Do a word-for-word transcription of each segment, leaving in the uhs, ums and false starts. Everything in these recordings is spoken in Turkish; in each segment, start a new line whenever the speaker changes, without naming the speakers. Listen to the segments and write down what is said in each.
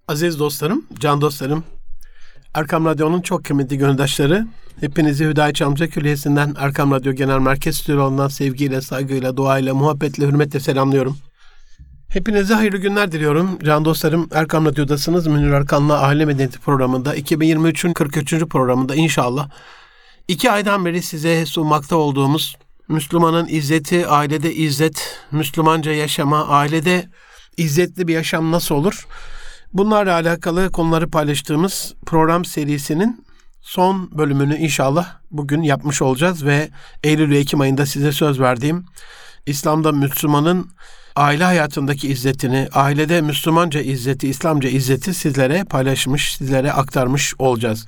Aziz dostlarım, can dostlarım, Erkam Radyo'nun çok kıymetli gönüldaşları, hepinizi Hüdayi Çamlıca Külliyesi'nden Erkam Radyo Genel Merkez Stüdyolarından sevgiyle, saygıyla, duayla, muhabbetle, hürmetle selamlıyorum. Hepinize hayırlı günler diliyorum. Can dostlarım, Erkam Radyo'dasınız. Münir Erkan'la Aile Medeniyeti programında, iki bin yirmi üçün kırk üçüncü programında inşallah iki aydan beri size sunmakta olduğumuz Müslümanın izzeti, ailede izzet, Müslümanca yaşama, ailede izzetli bir yaşam nasıl olur? Bunlarla alakalı konuları paylaştığımız program serisinin son bölümünü inşallah bugün yapmış olacağız ve Eylül ve Ekim ayında size söz verdiğim İslam'da Müslümanın aile hayatındaki izzetini, ailede Müslümanca izzeti, İslamca izzeti sizlere paylaşmış, sizlere aktarmış olacağız.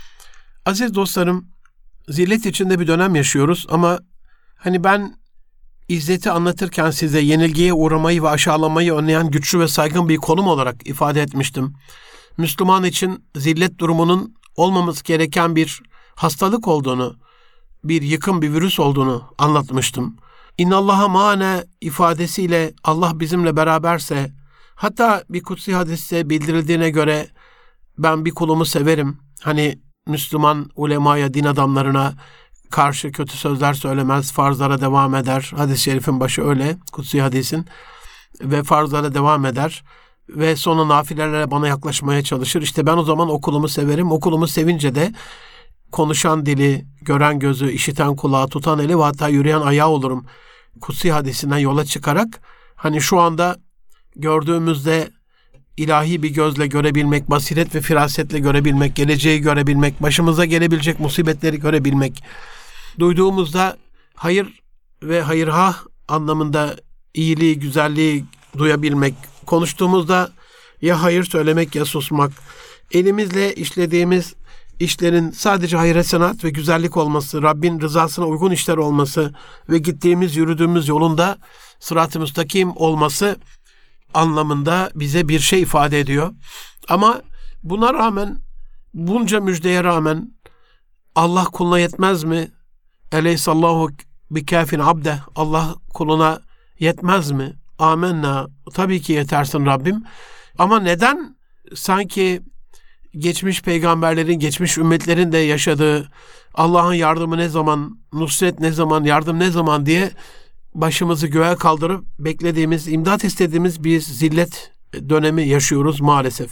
Aziz dostlarım, zillet içinde bir dönem yaşıyoruz ama hani ben İzzeti anlatırken size yenilgiye uğramayı ve aşağılamayı önleyen güçlü ve saygın bir konum olarak ifade etmiştim. Müslüman için zillet durumunun olmaması gereken bir hastalık olduğunu, bir yıkım, bir virüs olduğunu anlatmıştım. İnnallaha ma'ane ifadesiyle Allah bizimle beraberse, hatta bir kutsi hadiste bildirildiğine göre ben bir kulumu severim. Hani Müslüman ulemaya, din adamlarına karşı kötü sözler söylemez, farzlara devam eder. Hadis-i şerifin başı öyle, kutsi hadisin. Ve farzlara devam eder. Ve sonra nafilelerle bana yaklaşmaya çalışır. İşte ben o zaman okulumu severim. Okulumu sevince de konuşan dili, gören gözü, işiten kulağı, tutan eli ve hatta yürüyen ayağı olurum. Kutsi hadisinden yola çıkarak hani şu anda gördüğümüzde ilahi bir gözle görebilmek, basiret ve firasetle görebilmek, geleceği görebilmek, başımıza gelebilecek musibetleri görebilmek, duyduğumuzda hayır ve hayırha anlamında iyiliği, güzelliği duyabilmek, konuştuğumuzda ya hayır söylemek ya susmak, elimizle işlediğimiz işlerin sadece hayır, hasenat ve güzellik olması, Rabbin rızasına uygun işler olması ve gittiğimiz, yürüdüğümüz yolunda sırat-ı müstakim olması anlamında bize bir şey ifade ediyor. Ama buna rağmen, bunca müjdeye rağmen Allah kuluna yetmez mi? Eleysallahu bikâfin abde. Allah kuluna yetmez mi? Amenna. Tabii ki yetersin Rabbim. Ama neden sanki geçmiş peygamberlerin, geçmiş ümmetlerin de yaşadığı Allah'ın yardımı ne zaman, nusret ne zaman, yardım ne zaman diye başımızı göğe kaldırıp beklediğimiz, imdat istediğimiz bir zillet dönemi yaşıyoruz maalesef.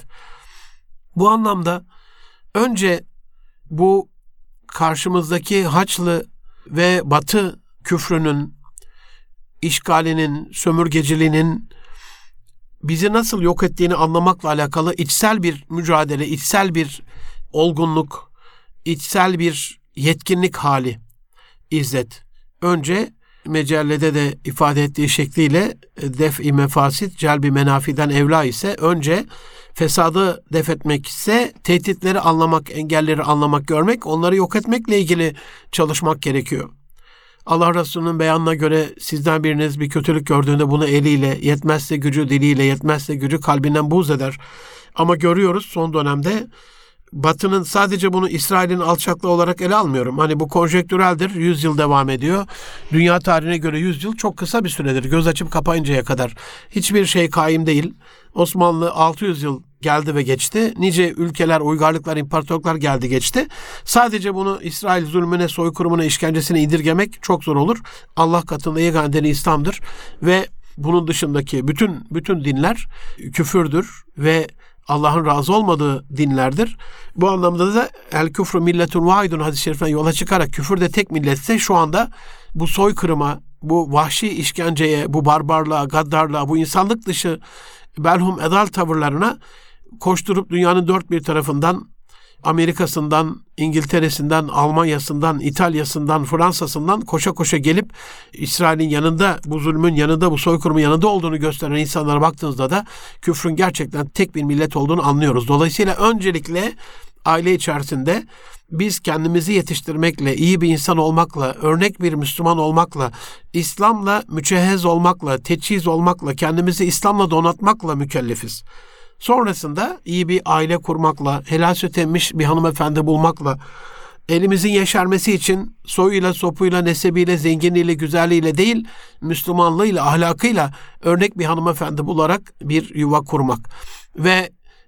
Bu anlamda önce bu karşımızdaki Haçlı ve Batı küfrünün, işgalinin, sömürgeciliğinin bizi nasıl yok ettiğini anlamakla alakalı içsel bir mücadele, içsel bir olgunluk, içsel bir yetkinlik hali, izzet. Önce Mecellede de ifade ettiği şekliyle def-i mefasit, celbi menafiden evla ise önce fesadı def etmek ise tehditleri anlamak, engelleri anlamak, görmek, onları yok etmekle ilgili çalışmak gerekiyor. Allah Resulü'nün beyanına göre sizden biriniz bir kötülük gördüğünde bunu eliyle, yetmezse gücü diliyle, yetmezse gücü kalbinden buğz eder. Ama görüyoruz son dönemde Batı'nın sadece bunu İsrail'in alçaklığı olarak ele almıyorum. Hani bu konjektüreldir, yüz yıl devam ediyor. Dünya tarihine göre yüz yıl çok kısa bir süredir. Göz açıp kapayıncaya kadar. Hiçbir şey kaim değil. Osmanlı altı yüz yıl geldi ve geçti. Nice ülkeler, uygarlıklar, imparatorluklar geldi geçti. Sadece bunu İsrail zulmüne, soykırımına, işkencesine indirgemek çok zor olur. Allah katında yegane dini İslam'dır ve bunun dışındaki bütün bütün dinler küfürdür ve Allah'ın razı olmadığı dinlerdir. Bu anlamda da el küfrü milletun vahidun hadis-i şeriften yola çıkarak küfür de tek milletse şu anda bu soykırıma, bu vahşi işkenceye, bu barbarlığa, gaddarlığa, bu insanlık dışı belhum edal tavırlarına koşturup dünyanın dört bir tarafından, Amerika'sından, İngiltere'sinden, Almanya'sından, İtalya'sından, Fransa'sından koşa koşa gelip İsrail'in yanında, bu zulmün yanında, bu soykırımın yanında olduğunu gösteren insanlara baktığınızda da küfrün gerçekten tek bir millet olduğunu anlıyoruz. Dolayısıyla öncelikle aile içerisinde biz kendimizi yetiştirmekle, iyi bir insan olmakla, örnek bir Müslüman olmakla, İslam'la müçehhez olmakla, teçhiz olmakla, kendimizi İslam'la donatmakla mükellefiz. Sonrasında iyi bir aile kurmakla, helal süt emmiş bir hanımefendi bulmakla, elimizin yeşermesi için soyuyla, sopuyla, nesebiyle, zenginliğiyle, güzelliğiyle değil, Müslümanlığıyla, ahlakıyla örnek bir hanımefendi bularak bir yuva kurmak. Ve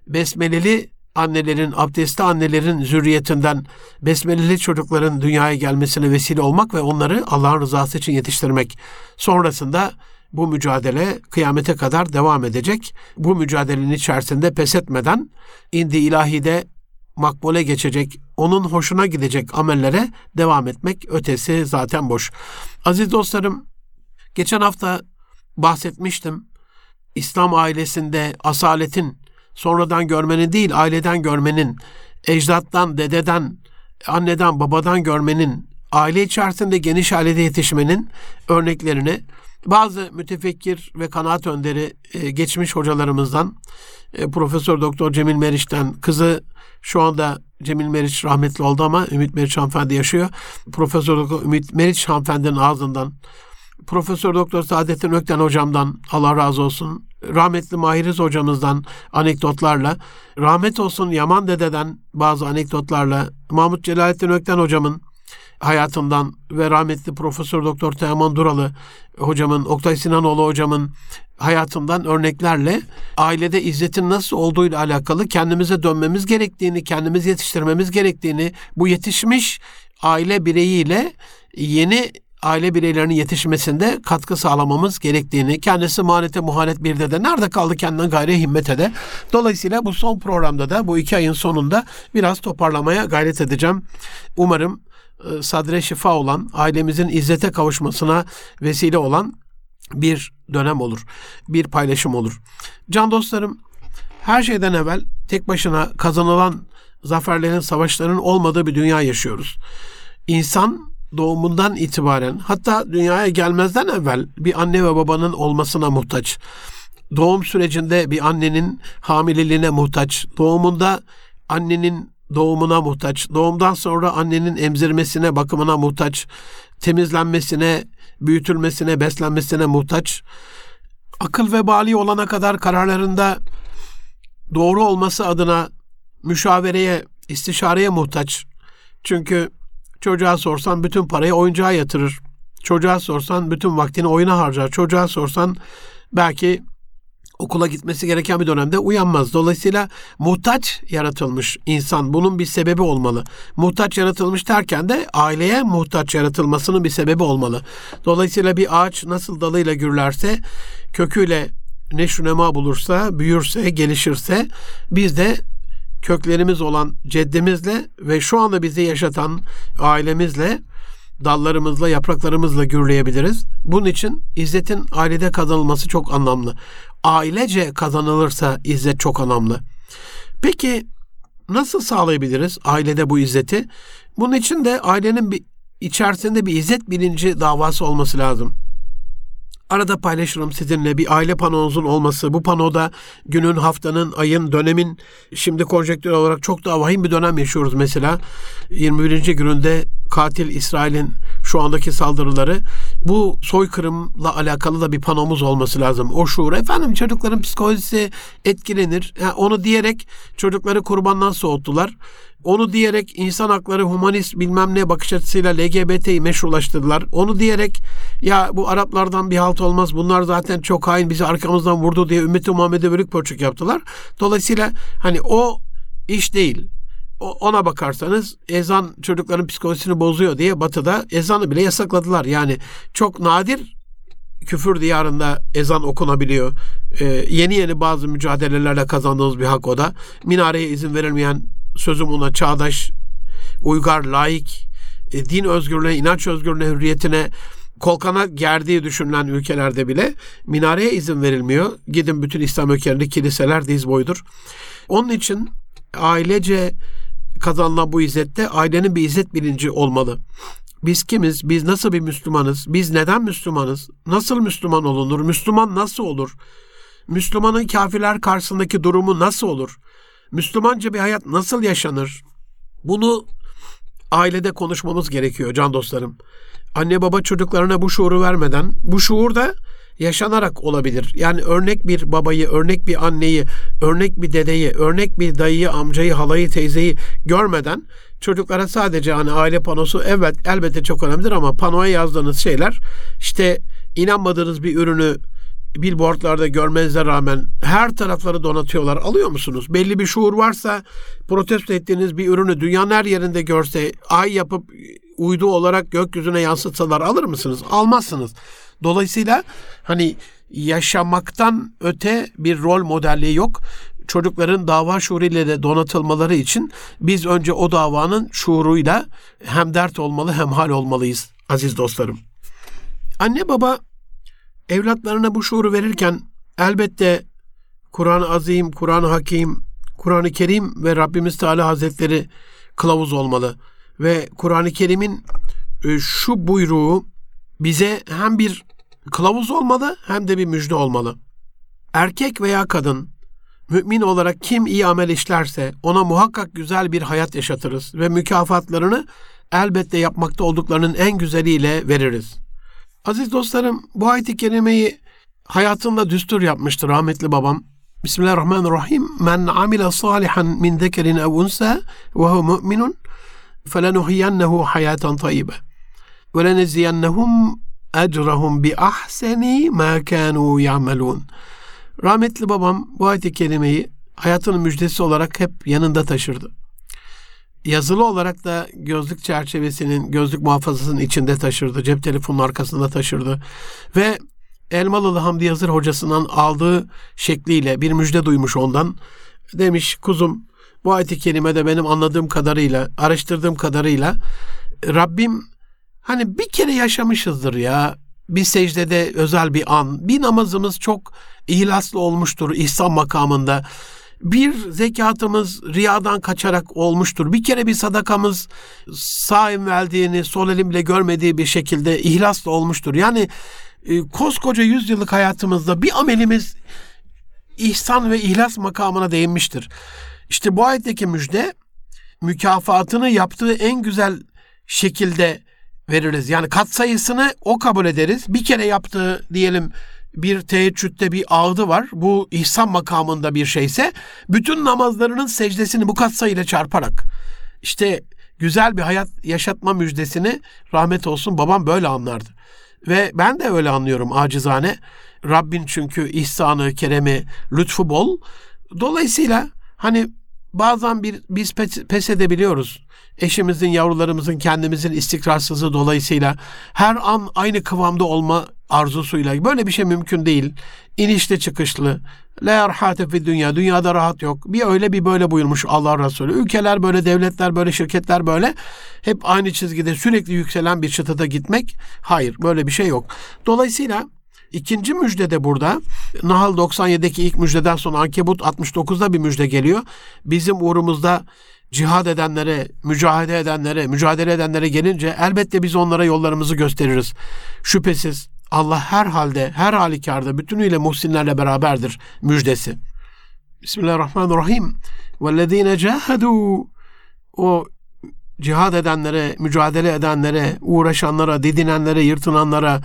besmeleli annelerin, abdestli annelerin zürriyetinden besmeleli çocukların dünyaya gelmesine vesile olmak ve onları Allah'ın rızası için yetiştirmek. Sonrasında bu mücadele kıyamete kadar devam edecek. Bu mücadelenin içerisinde pes etmeden indi ilahide makbule geçecek, onun hoşuna gidecek amellere devam etmek, ötesi zaten boş. Aziz dostlarım, geçen hafta bahsetmiştim. İslam ailesinde asaletin, sonradan görmenin değil, aileden görmenin, ecdattan, dededen, anneden, babadan görmenin, aile içerisinde geniş ailede yetişmenin örneklerini bazı mütefekkir ve kanaat önderi geçmiş hocalarımızdan, Profesör Doktor Cemil Meriç'ten, kızı şu anda Cemil Meriç rahmetli oldu ama Ümit Meriç hanımefendi yaşıyor. Profesör Doktor Ümit Meriç hanımefendinin ağzından, Profesör Doktor Saadettin Ökten hocamdan, Allah razı olsun, rahmetli Mahiriz hocamızdan anekdotlarla, rahmet olsun Yaman dededen bazı anekdotlarla, Mahmut Celalettin Ökten hocamın hayatından ve rahmetli Profesör Doktor Teoman Duralı hocamın, Oktay Sinanoğlu hocamın hayatından örneklerle ailede izzetin nasıl olduğuyla alakalı kendimize dönmemiz gerektiğini, kendimizi yetiştirmemiz gerektiğini, bu yetişmiş aile bireyiyle yeni aile bireylerinin yetişmesinde katkı sağlamamız gerektiğini, kendisi manete muhanet bir de nerede kaldı kendinden gayri himmet ede. Dolayısıyla bu son programda da bu iki ayın sonunda biraz toparlamaya gayret edeceğim. Umarım sadre şifa olan, ailemizin izzete kavuşmasına vesile olan bir dönem olur, bir paylaşım olur. Can dostlarım, her şeyden evvel tek başına kazanılan zaferlerin, savaşların olmadığı bir dünya yaşıyoruz. İnsan doğumundan itibaren, hatta dünyaya gelmezden evvel bir anne ve babanın olmasına muhtaç. Doğum sürecinde bir annenin hamileliğine muhtaç. Doğumunda annenin doğumuna muhtaç. Doğumdan sonra annenin emzirmesine, bakımına muhtaç. Temizlenmesine, büyütülmesine, beslenmesine muhtaç. Akıl ve bali olana kadar kararlarında doğru olması adına müşavereye, istişareye muhtaç. Çünkü çocuğa sorsan bütün parayı oyuncağa yatırır. Çocuğa sorsan bütün vaktini oyuna harcar. Çocuğa sorsan belki okula gitmesi gereken bir dönemde uyanmaz. Dolayısıyla muhtaç yaratılmış insan. Bunun bir sebebi olmalı. Muhtaç yaratılmış derken de aileye muhtaç yaratılmasının bir sebebi olmalı. Dolayısıyla bir ağaç nasıl dalıyla gürlerse, köküyle neşrünema bulursa, büyürse, gelişirse, biz de köklerimiz olan ceddimizle ve şu anda bizi yaşatan ailemizle, dallarımızla, yapraklarımızla gürleyebiliriz. Bunun için izzetin ailede kazanılması çok anlamlı. Ailece kazanılırsa izzet çok önemli. Peki nasıl sağlayabiliriz ailede bu izzeti? Bunun için de ailenin bir içerisinde bir izzet bilinci davası olması lazım. Arada paylaşırım sizinle bir aile panonuzun olması. Bu panoda günün, haftanın, ayın, dönemin, şimdi konjektür olarak çok daha vahim bir dönem yaşıyoruz mesela. yirmi birinci gününde katil İsrail'in şu andaki saldırıları, bu soykırımla alakalı da bir panomuz olması lazım. O şuur, efendim çocukların psikolojisi etkilenir. Yani onu diyerek çocukları kurbandan soğuttular. Onu diyerek insan hakları, humanist bilmem ne bakış açısıyla L G B T'yi meşrulaştırdılar. Onu diyerek ya bu Araplardan bir halt olmaz, bunlar zaten çok hain, bizi arkamızdan vurdu diye Ümmet-i Muhammed'e bölük pörçük yaptılar. Dolayısıyla hani o iş değil. O, ona bakarsanız ezan çocukların psikolojisini bozuyor diye Batı'da ezanı bile yasakladılar. Yani çok nadir küfür diyarında ezan okunabiliyor. Ee, yeni yeni bazı mücadelelerle kazandığımız bir hak o da. Minareye izin verilmeyen, sözüm ona çağdaş, uygar, laik, e, din özgürlüğüne, inanç özgürlüğüne, hürriyetine kolkana gerdiği düşünülen ülkelerde bile minareye izin verilmiyor. Gidin bütün İslam ülkelerinde kiliseler diz boyudur. Onun için ailece kazanılan bu izzette ailenin bir izzet bilinci olmalı. Biz kimiz? Biz nasıl bir Müslümanız? Biz neden Müslümanız? Nasıl Müslüman olunur? Müslüman nasıl olur? Müslümanın kafirler karşısındaki durumu nasıl olur? Müslümanca bir hayat nasıl yaşanır? Bunu ailede konuşmamız gerekiyor can dostlarım. Anne baba çocuklarına bu şuuru vermeden, bu şuur da yaşanarak olabilir. Yani örnek bir babayı, örnek bir anneyi, örnek bir dedeyi, örnek bir dayıyı, amcayı, halayı, teyzeyi görmeden çocuklara sadece hani aile panosu, evet elbette çok önemlidir ama panoya yazdığınız şeyler işte inanmadığınız bir ürünü billboardlarda görmenize rağmen her tarafları donatıyorlar. Alıyor musunuz? Belli bir şuur varsa protesto ettiğiniz bir ürünü dünyanın her yerinde görse, ay yapıp uydu olarak gökyüzüne yansıtsalar alır mısınız? Almazsınız. Dolayısıyla hani yaşamaktan öte bir rol modelliği yok. Çocukların dava şuuruyla de donatılmaları için biz önce o davanın şuuruyla hem dert olmalı hem hal olmalıyız aziz dostlarım. Anne baba evlatlarına bu şuuru verirken elbette Kur'an-ı Azim, Kur'an-ı Hakim, Kur'an-ı Kerim ve Rabbimiz Teala Hazretleri kılavuz olmalı. Ve Kur'an-ı Kerim'in şu buyruğu bize hem bir kılavuz olmalı hem de bir müjde olmalı. Erkek veya kadın mümin olarak kim iyi amel işlerse ona muhakkak güzel bir hayat yaşatırız ve mükafatlarını elbette yapmakta olduklarının en güzeliyle veririz. Aziz dostlarım, bu ayet-i kerimeyi hayatında düstur yapmıştır rahmetli babam. Bismillahirrahmanirrahim. Men amile salihan min zekerin ev unsa ve hu mu'minun felenuhyiyennehu hayaten tayyibe ve leneziyennehum ecrahum bi ahseni ma kanu ya'melun. Rahmetli babam bu ayet-i kerimeyi hayatının müjdesi olarak hep yanında taşırdı. Yazılı olarak da gözlük çerçevesinin, gözlük muhafazasının içinde taşırdı. Cep telefonunun arkasında taşırdı. Ve Elmalılı Hamdi Yazır hocasından aldığı şekliyle bir müjde duymuş ondan. Demiş, kuzum bu ayet-i kerimede benim anladığım kadarıyla, araştırdığım kadarıyla Rabbim hani bir kere yaşamışızdır ya. Bir secdede özel bir an, bir namazımız çok ihlaslı olmuştur ihsan makamında. Bir zekatımız riyadan kaçarak olmuştur. Bir kere bir sadakamız sağ elin sol elin bile görmediği bir şekilde ihlasla olmuştur. Yani e, koskoca yüzyıllık hayatımızda bir amelimiz ihsan ve ihlas makamına değinmiştir. İşte bu ayetteki müjde mükafatını yaptığı en güzel şekilde veririz. Yani katsayısını o kabul ederiz. Bir kere yaptığı diyelim bir teheccüde bir ağdı var. Bu ihsan makamında bir şeyse bütün namazlarının secdesini bu katsayıyla çarparak işte güzel bir hayat yaşatma müjdesini rahmet olsun babam böyle anlardı. Ve ben de öyle anlıyorum acizane. Rabbin çünkü ihsanı, keremi, lütfu bol. Dolayısıyla hani bazen bir, biz pes, pes edebiliyoruz. Eşimizin, yavrularımızın, kendimizin istikrarsızlığı dolayısıyla her an aynı kıvamda olma arzusuyla. Böyle bir şey mümkün değil. İnişli çıkışlı. La rahate fi dünya. Dünyada rahat yok. Bir öyle bir böyle buyurmuş Allah Resulü. Ülkeler böyle, devletler böyle, şirketler böyle. Hep aynı çizgide sürekli yükselen bir çıtada gitmek. Hayır, böyle bir şey yok. Dolayısıyla İkinci müjde de burada. Nahl doksan yedideki ilk müjdeden sonra Ankebut altmış dokuzda bir müjde geliyor. Bizim uğrumuzda cihad edenlere, mücadele edenlere, mücadele edenlere gelince elbette biz onlara yollarımızı gösteririz. Şüphesiz Allah her halde, her halükarda bütünüyle muhsinlerle beraberdir müjdesi. Bismillahirrahmanirrahim. وَالَّذ۪ينَ جَاهَدُوا O cihad edenlere, mücadele edenlere, uğraşanlara, didinenlere, yırtınanlara,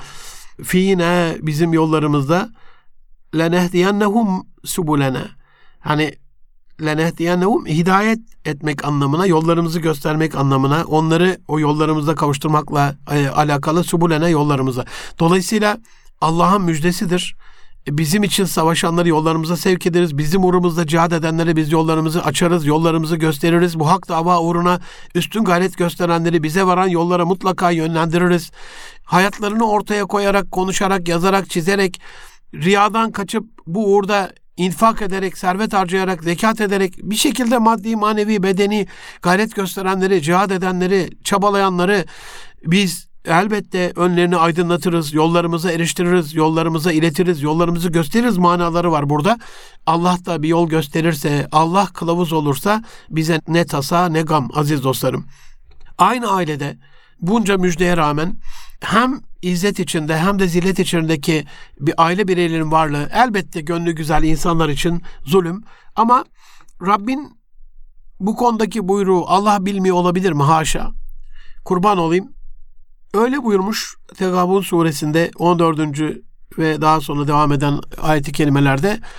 fîne bizim yollarımızda lenehdiyennehum subulena. Hani lenehdiyennehum hidayet etmek anlamına, yollarımızı göstermek anlamına, onları o yollarımızda kavuşturmakla e, alakalı subulena yollarımıza. Dolayısıyla Allah'ın müjdesidir. Bizim için savaşanları yollarımıza sevk ederiz. Bizim uğrumuzda cihad edenlere biz yollarımızı açarız, yollarımızı gösteririz. Bu hak dava uğruna üstün gayret gösterenleri bize varan yollara mutlaka yönlendiririz. Hayatlarını ortaya koyarak, konuşarak, yazarak, çizerek, riyadan kaçıp bu uğurda infak ederek, servet harcayarak, zekat ederek bir şekilde maddi, manevi, bedeni gayret gösterenleri, cihad edenleri, çabalayanları biz elbette önlerini aydınlatırız, yollarımıza eriştiririz, yollarımıza iletiriz, yollarımızı gösteririz manaları var burada. Allah da bir yol gösterirse, Allah kılavuz olursa bize ne tasa ne gam aziz dostlarım. Aynı ailede bunca müjdeye rağmen hem izzet içinde hem de zillet içindeki bir aile bireylerinin varlığı elbette gönlü güzel insanlar için zulüm. Ama Rabbin bu konudaki buyruğu Allah bilmiyor olabilir mi? Haşa. Kurban olayım. Öyle buyurmuş Tegabun suresinde on dördüncü ve daha sonra devam eden ayet-i kerimelerde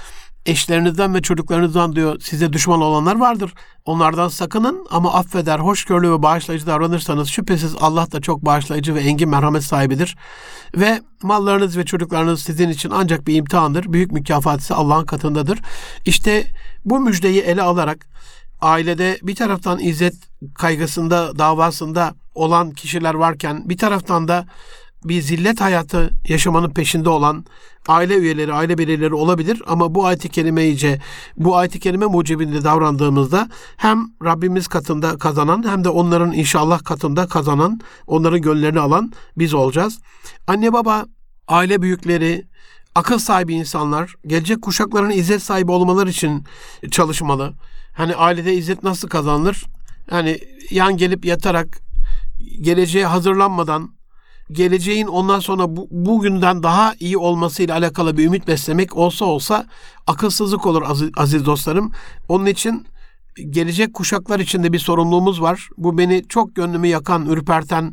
eşlerinizden ve çocuklarınızdan diyor size düşman olanlar vardır. Onlardan sakının ama affeder, hoşgörülü ve bağışlayıcı davranırsanız şüphesiz Allah da çok bağışlayıcı ve engin merhamet sahibidir. Ve mallarınız ve çocuklarınız sizin için ancak bir imtihandır. Büyük mükafat ise Allah'ın katındadır. İşte bu müjdeyi ele alarak ailede bir taraftan izzet kaygısında, davasında olan kişiler varken bir taraftan da bir zillet hayatı yaşamanın peşinde olan aile üyeleri, aile bireyleri olabilir. Ama bu ayet-i kerimeyice, bu ayet-i kerime mucibinde davrandığımızda hem Rabbimiz katında kazanan hem de onların inşallah katında kazanan, onların gönüllerini alan biz olacağız. Anne baba, aile büyükleri, akıl sahibi insanlar gelecek kuşakların izzet sahibi olmaları için çalışmalı. Hani ailede izzet nasıl kazanılır? Yani yan gelip yatarak, geleceğe hazırlanmadan, geleceğin ondan sonra bu, bugünden daha iyi olmasıyla alakalı bir ümit beslemek olsa olsa akılsızlık olur aziz, aziz dostlarım. Onun için gelecek kuşaklar için de bir sorumluluğumuz var. Bu beni çok gönlümü yakan, ürperten,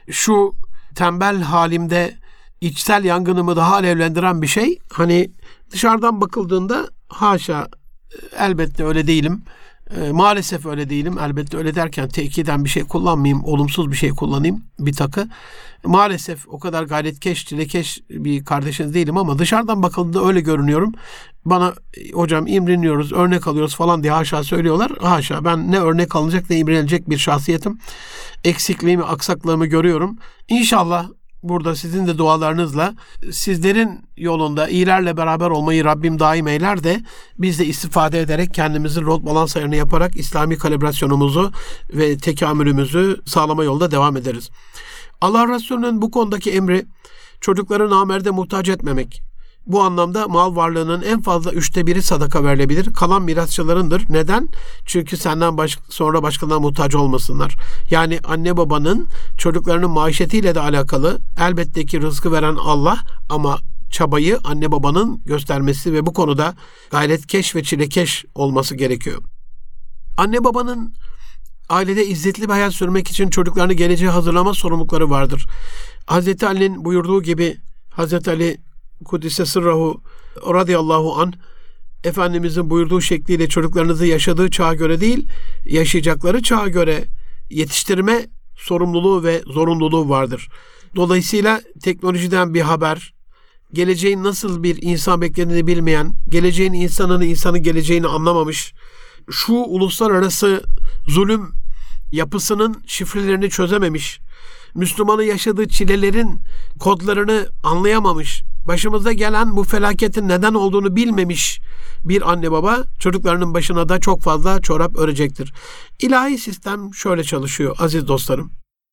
şu tembel halimde içsel yangınımı daha alevlendiren bir şey. Hani dışarıdan bakıldığında haşa, elbette öyle değilim. E, maalesef öyle değilim. Elbette öyle derken tekiden bir şey kullanmayayım, olumsuz bir şey kullanayım, bir takı. Maalesef o kadar gayretkeş, çilekeş bir kardeşiniz değilim ama dışarıdan bakıldığında öyle görünüyorum. Bana hocam imreniyoruz, örnek alıyoruz falan diye haşa söylüyorlar. Haşa, ben ne örnek alınacak ne imrenilecek bir şahsiyetim. Eksikliğimi, aksaklığımı görüyorum. İnşallah burada sizin de dualarınızla sizlerin yolunda iyilerle beraber olmayı Rabbim daim eyler de biz de istifade ederek kendimizi rol balans ayarını yaparak İslami kalibrasyonumuzu ve tekamülümüzü sağlama yolda devam ederiz. Allah Resulü'nün bu konudaki emri çocukları namerde muhtaç etmemek. Bu anlamda mal varlığının en fazla üçte biri sadaka verilebilir. Kalan mirasçılarındır. Neden? Çünkü senden baş, sonra başkalarına muhtaç olmasınlar. Yani anne babanın çocuklarının maişetiyle de alakalı, elbette ki rızkı veren Allah ama çabayı anne babanın göstermesi ve bu konuda gayretkeş ve çilekeş olması gerekiyor. Anne babanın ailede izzetli bir hayat sürmek için çocuklarını geleceğe hazırlama sorumlulukları vardır. Hazreti Ali'nin buyurduğu gibi, Hazreti Ali Kudüs'e sırrahu radıyallahu anh Efendimizin buyurduğu şekliyle çocuklarınızı yaşadığı çağa göre değil, yaşayacakları çağa göre yetiştirme sorumluluğu ve zorunluluğu vardır. Dolayısıyla teknolojiden bir haber, geleceğin nasıl bir insan beklediğini bilmeyen, geleceğin insanını, insanın geleceğini anlamamış, şu uluslararası zulüm yapısının şifrelerini çözememiş, Müslümanın yaşadığı çilelerin kodlarını anlayamamış, başımıza gelen bu felaketin neden olduğunu bilmemiş bir anne baba çocuklarının başına da çok fazla çorap örecektir. İlahi sistem şöyle çalışıyor aziz dostlarım.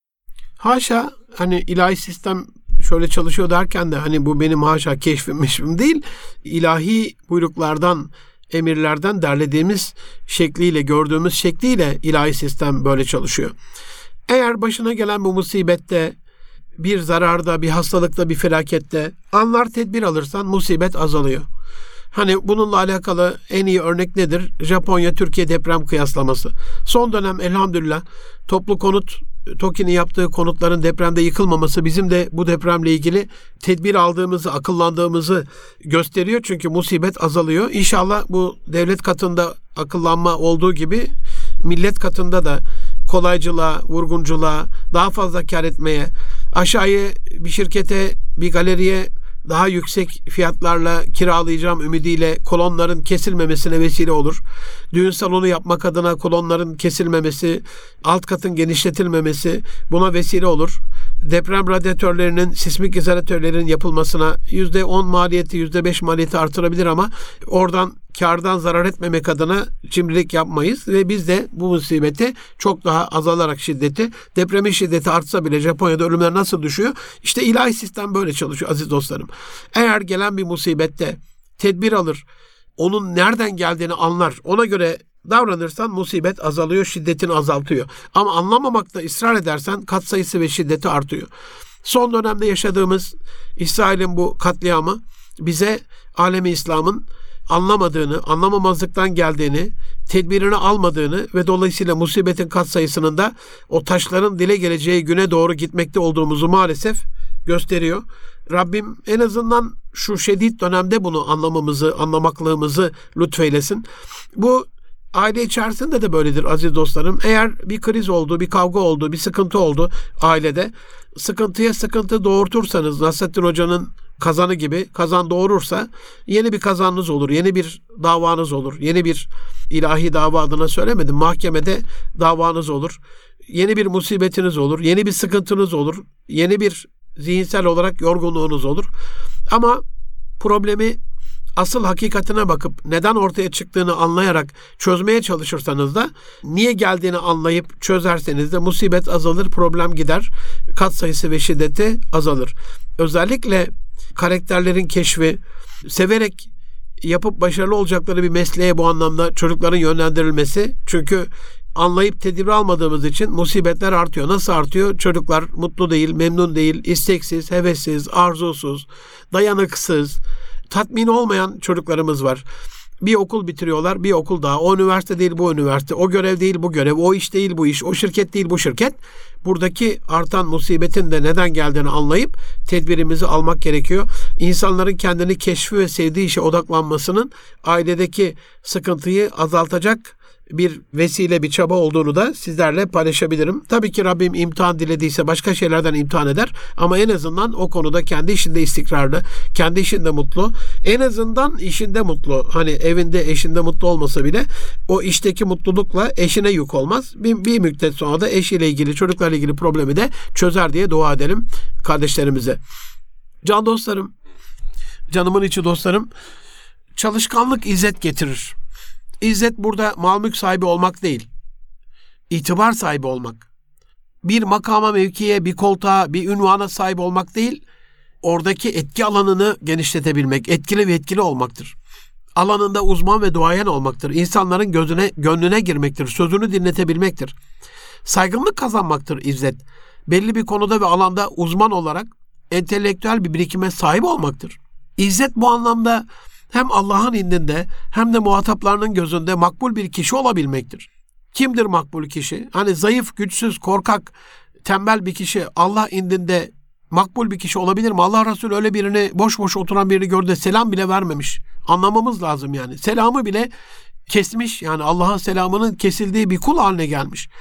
Haşa, hani ilahi sistem şöyle çalışıyor derken de hani bu benim haşa keşfim meşfim değil. İlahi buyruklardan, emirlerden derlediğimiz şekliyle, gördüğümüz şekliyle ilahi sistem böyle çalışıyor. Eğer başına gelen bu musibette, bir zararda, bir hastalıkta, bir felakette anlar tedbir alırsan musibet azalıyor. Hani bununla alakalı en iyi örnek nedir? Japonya-Türkiye deprem kıyaslaması. Son dönem elhamdülillah toplu konut, TOKİ'nin yaptığı konutların depremde yıkılmaması bizim de bu depremle ilgili tedbir aldığımızı, akıllandığımızı gösteriyor. Çünkü musibet azalıyor. İnşallah bu devlet katında akıllanma olduğu gibi millet katında da kolaycılığa, vurgunculuğa, daha fazla kar etmeye, aşağıya bir şirkete, bir galeriye daha yüksek fiyatlarla kiralayacağım ümidiyle kolonların kesilmemesine vesile olur. Düğün salonu yapmak adına kolonların kesilmemesi, alt katın genişletilmemesi buna vesile olur. Deprem radyatörlerinin, sismik izolatörlerin yapılmasına yüzde on maliyeti, yüzde beş maliyeti artırabilir ama oradan kardan zarar etmemek adına cimrilik yapmayız ve biz de bu musibeti çok daha azalarak şiddeti, depremin şiddeti artsa bile Japonya'da ölümler nasıl düşüyor? İşte ilahi sistem böyle çalışıyor aziz dostlarım. Eğer gelen bir musibette tedbir alır, onun nereden geldiğini anlar, ona göre davranırsan musibet azalıyor, şiddetini azaltıyor. Ama anlamamakta ısrar edersen katsayısı ve şiddeti artıyor. Son dönemde yaşadığımız İsrail'in bu katliamı bize alemi İslam'ın anlamadığını, anlamamazlıktan geldiğini, tedbirini almadığını ve dolayısıyla musibetin katsayısının da o taşların dile geleceği güne doğru gitmekte olduğumuzu maalesef gösteriyor. Rabbim en azından şu şiddet dönemde bunu anlamamızı, anlamaklığımızı lütfeylesin. Bu aile içerisinde de böyledir aziz dostlarım. Eğer bir kriz oldu, bir kavga oldu, bir sıkıntı oldu ailede, sıkıntıya sıkıntı doğurtursanız, Nasrettin Hoca'nın kazanı gibi kazan doğurursa yeni bir kazanınız olur, yeni bir davanız olur, yeni bir ilahi dava adına söylemedim, mahkemede davanız olur, yeni bir musibetiniz olur, yeni bir sıkıntınız olur, yeni bir zihinsel olarak yorgunluğunuz olur. Ama problemi asıl hakikatine bakıp neden ortaya çıktığını anlayarak çözmeye çalışırsanız da niye geldiğini anlayıp çözerseniz de musibet azalır, problem gider, katsayısı ve şiddeti azalır. Özellikle karakterlerin keşfi, severek yapıp başarılı olacakları bir mesleğe bu anlamda çocukların yönlendirilmesi. Çünkü anlayıp tedbir almadığımız için musibetler artıyor. Nasıl artıyor? Çocuklar mutlu değil, memnun değil, isteksiz, hevessiz, arzusuz, dayanıksız, tatmin olmayan çocuklarımız var. Bir okul bitiriyorlar, bir okul daha. O üniversite değil, bu üniversite. O görev değil, bu görev. O iş değil, bu iş. O şirket değil, bu şirket. Buradaki artan musibetin de neden geldiğini anlayıp tedbirimizi almak gerekiyor. İnsanların kendini keşfi ve sevdiği işe odaklanmasının ailedeki sıkıntıyı azaltacak bir vesile, bir çaba olduğunu da sizlerle paylaşabilirim. Tabii ki Rabbim imtihan dilediyse başka şeylerden imtihan eder ama en azından o konuda kendi işinde istikrarlı, kendi işinde mutlu, en azından işinde mutlu. Hani evinde, eşinde mutlu olmasa bile o işteki mutlulukla eşine yük olmaz. Bir, bir müddet sonra da eşiyle ilgili, çocuklarla ilgili problemi de çözer diye dua edelim kardeşlerimize. Can dostlarım, canımın içi dostlarım, çalışkanlık izzet getirir. İzzet burada mal mülk sahibi olmak değil, itibar sahibi olmak. Bir makama, mevkiye, bir koltuğa, bir ünvana sahip olmak değil, oradaki etki alanını genişletebilmek, etkili ve etkili olmaktır. Alanında uzman ve duayen olmaktır. İnsanların gözüne, gönlüne girmektir, sözünü dinletebilmektir. Saygınlık kazanmaktır izzet. Belli bir konuda ve alanda uzman olarak entelektüel bir birikime sahip olmaktır. İzzet bu anlamda hem Allah'ın indinde hem de muhataplarının gözünde makbul bir kişi olabilmektir. Kimdir makbul kişi? Hani zayıf, güçsüz, korkak, tembel bir kişi Allah indinde makbul bir kişi olabilir mi? Allah Resulü öyle birini, boş boş oturan birini gördü, selam bile vermemiş. Anlamamız lazım yani. Selamı bile kesmiş, yani Allah'ın selamının kesildiği bir kul haline gelmiş.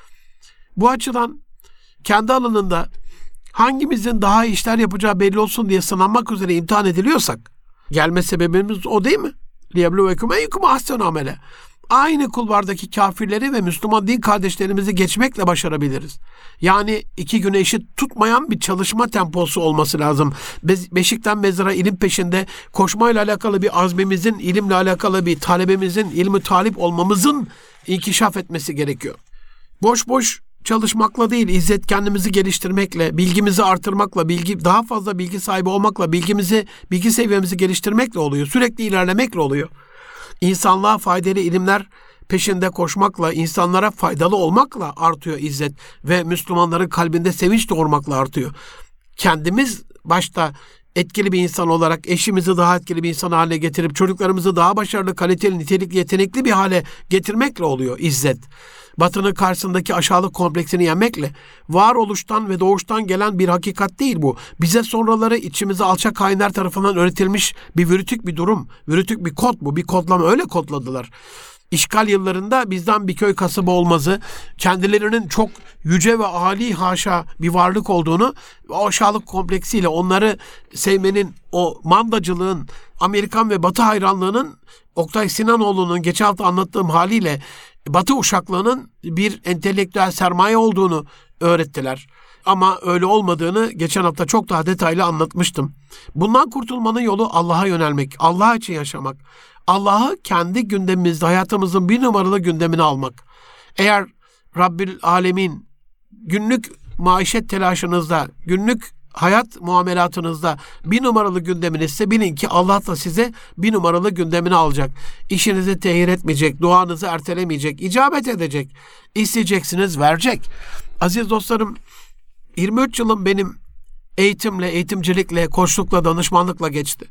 Bu açıdan kendi alanında hangimizin daha iyi işler yapacağı belli olsun diye sınanmak üzere imtihan ediliyorsak, gelme sebebimiz o değil mi? لِيَبْلُوَكُمْ اَيُّكُمْ اَحْسَنُ عَمَلًا. Aynı kulvardaki kafirleri ve Müslüman din kardeşlerimizi geçmekle başarabiliriz. Yani iki güne eşit tutmayan bir çalışma temposu olması lazım. Be- beşikten mezara ilim peşinde koşmayla alakalı bir azmimizin, ilimle alakalı bir talebemizin, ilmi talip olmamızın inkişaf etmesi gerekiyor. Boş boş çalışmakla değil, izzet kendimizi geliştirmekle, bilgimizi artırmakla, bilgi daha fazla bilgi sahibi olmakla, bilgimizi, bilgi seviyemizi geliştirmekle oluyor. Sürekli ilerlemekle oluyor. İnsanlığa faydalı ilimler peşinde koşmakla, insanlara faydalı olmakla artıyor izzet ve Müslümanların kalbinde sevinç doğurmakla artıyor. Kendimiz başta etkili bir insan olarak eşimizi daha etkili bir insan haline getirip çocuklarımızı daha başarılı, kaliteli, nitelikli, yetenekli bir hale getirmekle oluyor izzet. Batının karşısındaki aşağılık kompleksini yenmekle, varoluştan ve doğuştan gelen bir hakikat değil bu. Bize sonraları içimize alçak hainler tarafından öğretilmiş bir vürütük bir durum, vürütük bir kod bu, bir kodlama, öyle kodladılar. İşgal yıllarında bizden bir köy kasaba olmazı, kendilerinin çok yüce ve âli haşa bir varlık olduğunu, o aşağılık kompleksiyle onları sevmenin, o mandacılığın, Amerikan ve Batı hayranlığının, Oktay Sinanoğlu'nun geçen hafta anlattığım haliyle Batı uşaklığının bir entelektüel sermaye olduğunu öğrettiler. Ama öyle olmadığını geçen hafta çok daha detaylı anlatmıştım. Bundan kurtulmanın yolu Allah'a yönelmek, Allah için yaşamak. Allah'ı kendi gündemimizde, hayatımızın bir numaralı gündemine almak. Eğer Rabbül Alemin günlük maişet telaşınızda, günlük hayat muamelatınızda bir numaralı gündeminizse bilin ki Allah da size bir numaralı gündemini alacak. İşinizi tehir etmeyecek, duanızı ertelemeyecek, icabet edecek. İsteyeceksiniz, verecek. Aziz dostlarım, yirmi üç yılım benim eğitimle, eğitimcilikle, koçlukla, danışmanlıkla geçti.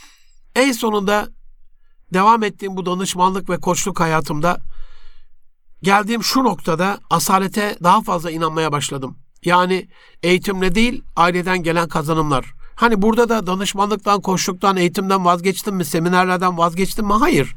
En sonunda devam ettiğim bu danışmanlık ve koçluk hayatımda geldiğim şu noktada asalete daha fazla inanmaya başladım. Yani eğitimle değil, aileden gelen kazanımlar. Hani burada da danışmanlıktan, koçluktan, eğitimden vazgeçtim mi, seminerlerden vazgeçtim mi? Hayır.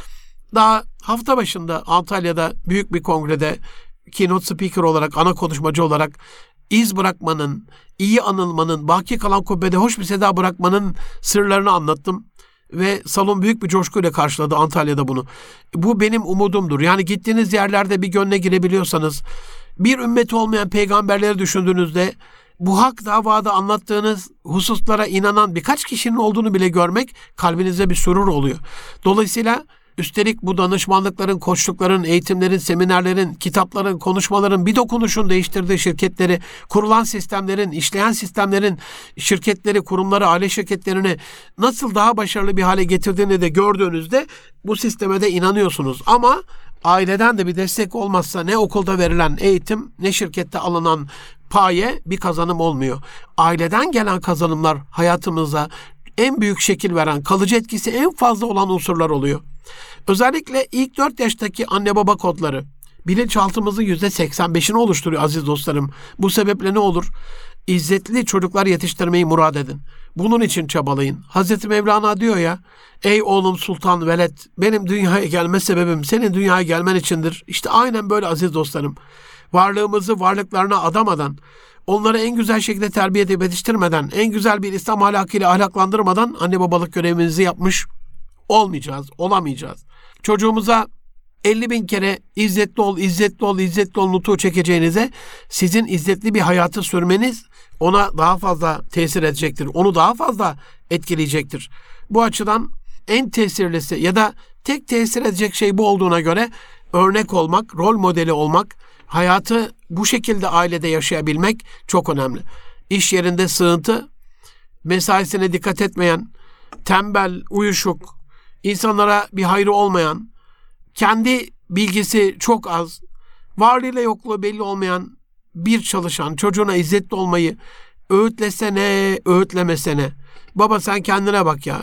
Daha hafta başında Antalya'da büyük bir kongrede keynote speaker olarak, ana konuşmacı olarak iz bırakmanın, iyi anılmanın, baki kalan kubbede hoş bir seda bırakmanın sırlarını anlattım. Ve salon büyük bir coşkuyla karşıladı Antalya'da bunu. Bu benim umudumdur. Yani gittiğiniz yerlerde bir gönle girebiliyorsanız, bir ümmeti olmayan peygamberleri düşündüğünüzde, bu hak davada anlattığınız hususlara inanan birkaç kişinin olduğunu bile görmek kalbinize bir sürur oluyor. Dolayısıyla üstelik bu danışmanlıkların, koçlukların, eğitimlerin, seminerlerin, kitapların, konuşmaların bir dokunuşun değiştirdiği şirketleri, kurulan sistemlerin, işleyen sistemlerin, şirketleri, kurumları, aile şirketlerini nasıl daha başarılı bir hale getirdiğini de gördüğünüzde bu sisteme de inanıyorsunuz. Ama aileden de bir destek olmazsa ne okulda verilen eğitim, ne şirkette alınan paye bir kazanım olmuyor. Aileden gelen kazanımlar hayatımıza en büyük şekil veren, kalıcı etkisi en fazla olan unsurlar oluyor. Özellikle ilk dört yaştaki anne baba kodları bilinçaltımızın yüzde seksen beşini oluşturuyor aziz dostlarım. Bu sebeple ne olur? İzzetli çocuklar yetiştirmeyi murad edin. Bunun için çabalayın. Hazreti Mevlana diyor ya, ey oğlum sultan veled, benim dünyaya gelme sebebim senin dünyaya gelmen içindir. İşte aynen böyle aziz dostlarım. Varlığımızı varlıklarına adamadan, onları en güzel şekilde terbiye edip yetiştirmeden, en güzel bir İslam ahlakıyla ahlaklandırmadan anne babalık görevimizi yapmış olmayacağız, olamayacağız. Çocuğumuza elli bin kere izzetli ol, izzetli ol, izzetli ol nutuğu çekeceğinize sizin izzetli bir hayatı sürmeniz ona daha fazla tesir edecektir. Onu daha fazla etkileyecektir. Bu açıdan en tesirlisi ya da tek tesir edecek şey bu olduğuna göre örnek olmak, rol modeli olmak, hayatı bu şekilde ailede yaşayabilmek çok önemli. İş yerinde sığıntı, mesaisine dikkat etmeyen, tembel, uyuşuk, insanlara bir hayrı olmayan, kendi bilgisi çok az, varlığıyla yokluğu belli olmayan bir çalışan çocuğuna izzetli olmayı öğütlesene, öğütlemesene. Baba sen kendine bak ya.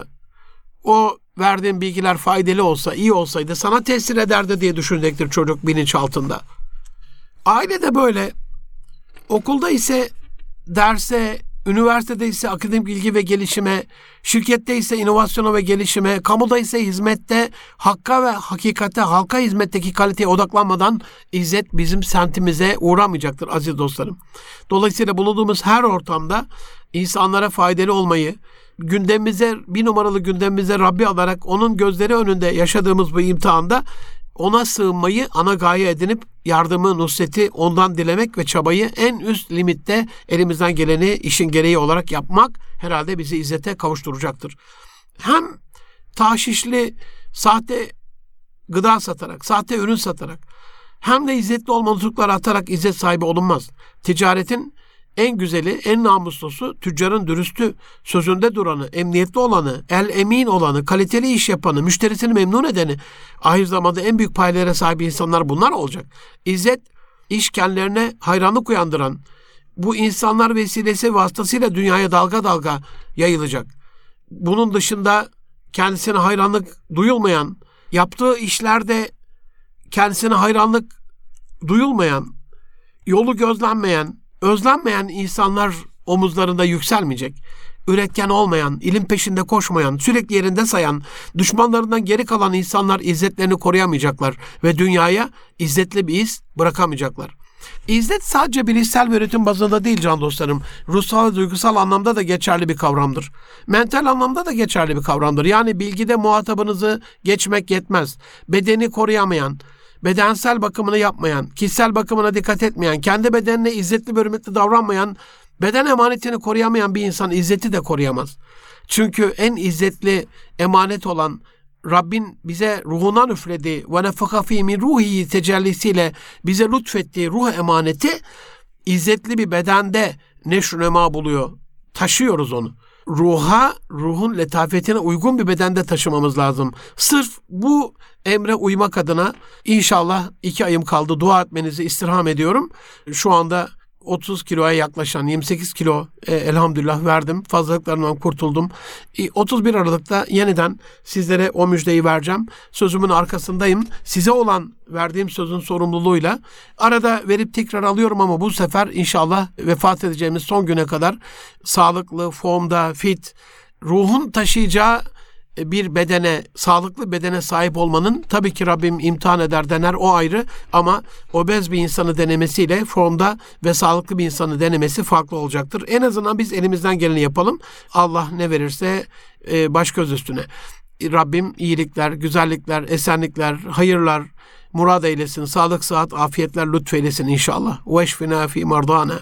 O verdiğin bilgiler faydalı olsa, iyi olsaydı sana tesir ederdi diye düşünecektir çocuk bilinçaltında. Ailede böyle, okulda ise derse, üniversitede ise akademik bilgi ve gelişime, şirkette ise inovasyona ve gelişime, kamuda ise hizmette, hakka ve hakikate, halka hizmetteki kaliteye odaklanmadan izzet bizim sentimize uğramayacaktır aziz dostlarım. Dolayısıyla bulunduğumuz her ortamda insanlara faydalı olmayı, gündemimize, bir numaralı gündemimize Rabbi alarak onun gözleri önünde yaşadığımız bu imtihanda ona sığınmayı ana gaye edinip yardımı, nusreti ondan dilemek ve çabayı en üst limitte elimizden geleni işin gereği olarak yapmak herhalde bizi izzete kavuşturacaktır. Hem taşişli, sahte gıda satarak, sahte ürün satarak hem de izzetli olmazlıklar atarak izzet sahibi olunmaz. Ticaretin en güzeli, en namuslusu, tüccarın dürüstü, sözünde duranı, emniyetli olanı, el emin olanı, kaliteli iş yapanı, müşterisini memnun edeni, ahir zamanda en büyük paylara sahip insanlar bunlar olacak. İzzet, iş kendilerine hayranlık uyandıran, bu insanlar vesilesi vasıtasıyla dünyaya dalga dalga yayılacak. Bunun dışında kendisine hayranlık duyulmayan, yaptığı işlerde kendisine hayranlık duyulmayan, yolu gözlenmeyen, özlenmeyen insanlar omuzlarında yükselmeyecek. Üretken olmayan, ilim peşinde koşmayan, sürekli yerinde sayan, düşmanlarından geri kalan insanlar izzetlerini koruyamayacaklar ve dünyaya izzetli bir iz bırakamayacaklar. İzzet sadece bilişsel ve üretim bazında değil can dostlarım. Ruhsal ve duygusal anlamda da geçerli bir kavramdır. Mental anlamda da geçerli bir kavramdır. Yani bilgide muhatabınızı geçmek yetmez. Bedeni koruyamayan, bedensel bakımını yapmayan, kişisel bakımına dikkat etmeyen, kendi bedenine izzetli ve hürmetli davranmayan, beden emanetini koruyamayan bir insan izzeti de koruyamaz. Çünkü en izzetli emanet olan Rabbin bize ruhundan üflediği ve nefaka fî min ruhihi tecellisiyle bize lütfettiği ruh emaneti izzetli bir bedende neşrünema buluyor. Taşıyoruz onu. Ruha, ruhun letafetine uygun bir bedende taşımamız lazım. Sırf bu emre uymak adına inşallah iki ayım kaldı. Dua etmenizi istirham ediyorum. Şu anda otuz kiloya yaklaşan yirmi sekiz kilo e, elhamdülillah verdim. Fazlalıklarından kurtuldum. E, otuz bir Aralık'ta yeniden sizlere o müjdeyi vereceğim. Sözümün arkasındayım. Size olan verdiğim sözün sorumluluğuyla arada verip tekrar alıyorum ama bu sefer inşallah vefat edeceğimiz son güne kadar sağlıklı, formda, fit, ruhun taşıyacağı bir bedene, sağlıklı bedene sahip olmanın tabii ki Rabbim imtihan eder, dener, o ayrı, ama obez bir insanı denemesiyle formda ve sağlıklı bir insanı denemesi farklı olacaktır. En azından biz elimizden geleni yapalım. Allah ne verirse e, baş göz üstüne. Rabbim iyilikler, güzellikler, esenlikler, hayırlar murad eylesin. Sağlık, sıhhat, afiyetler lütfeylesin inşallah. Veşfina fi mardana.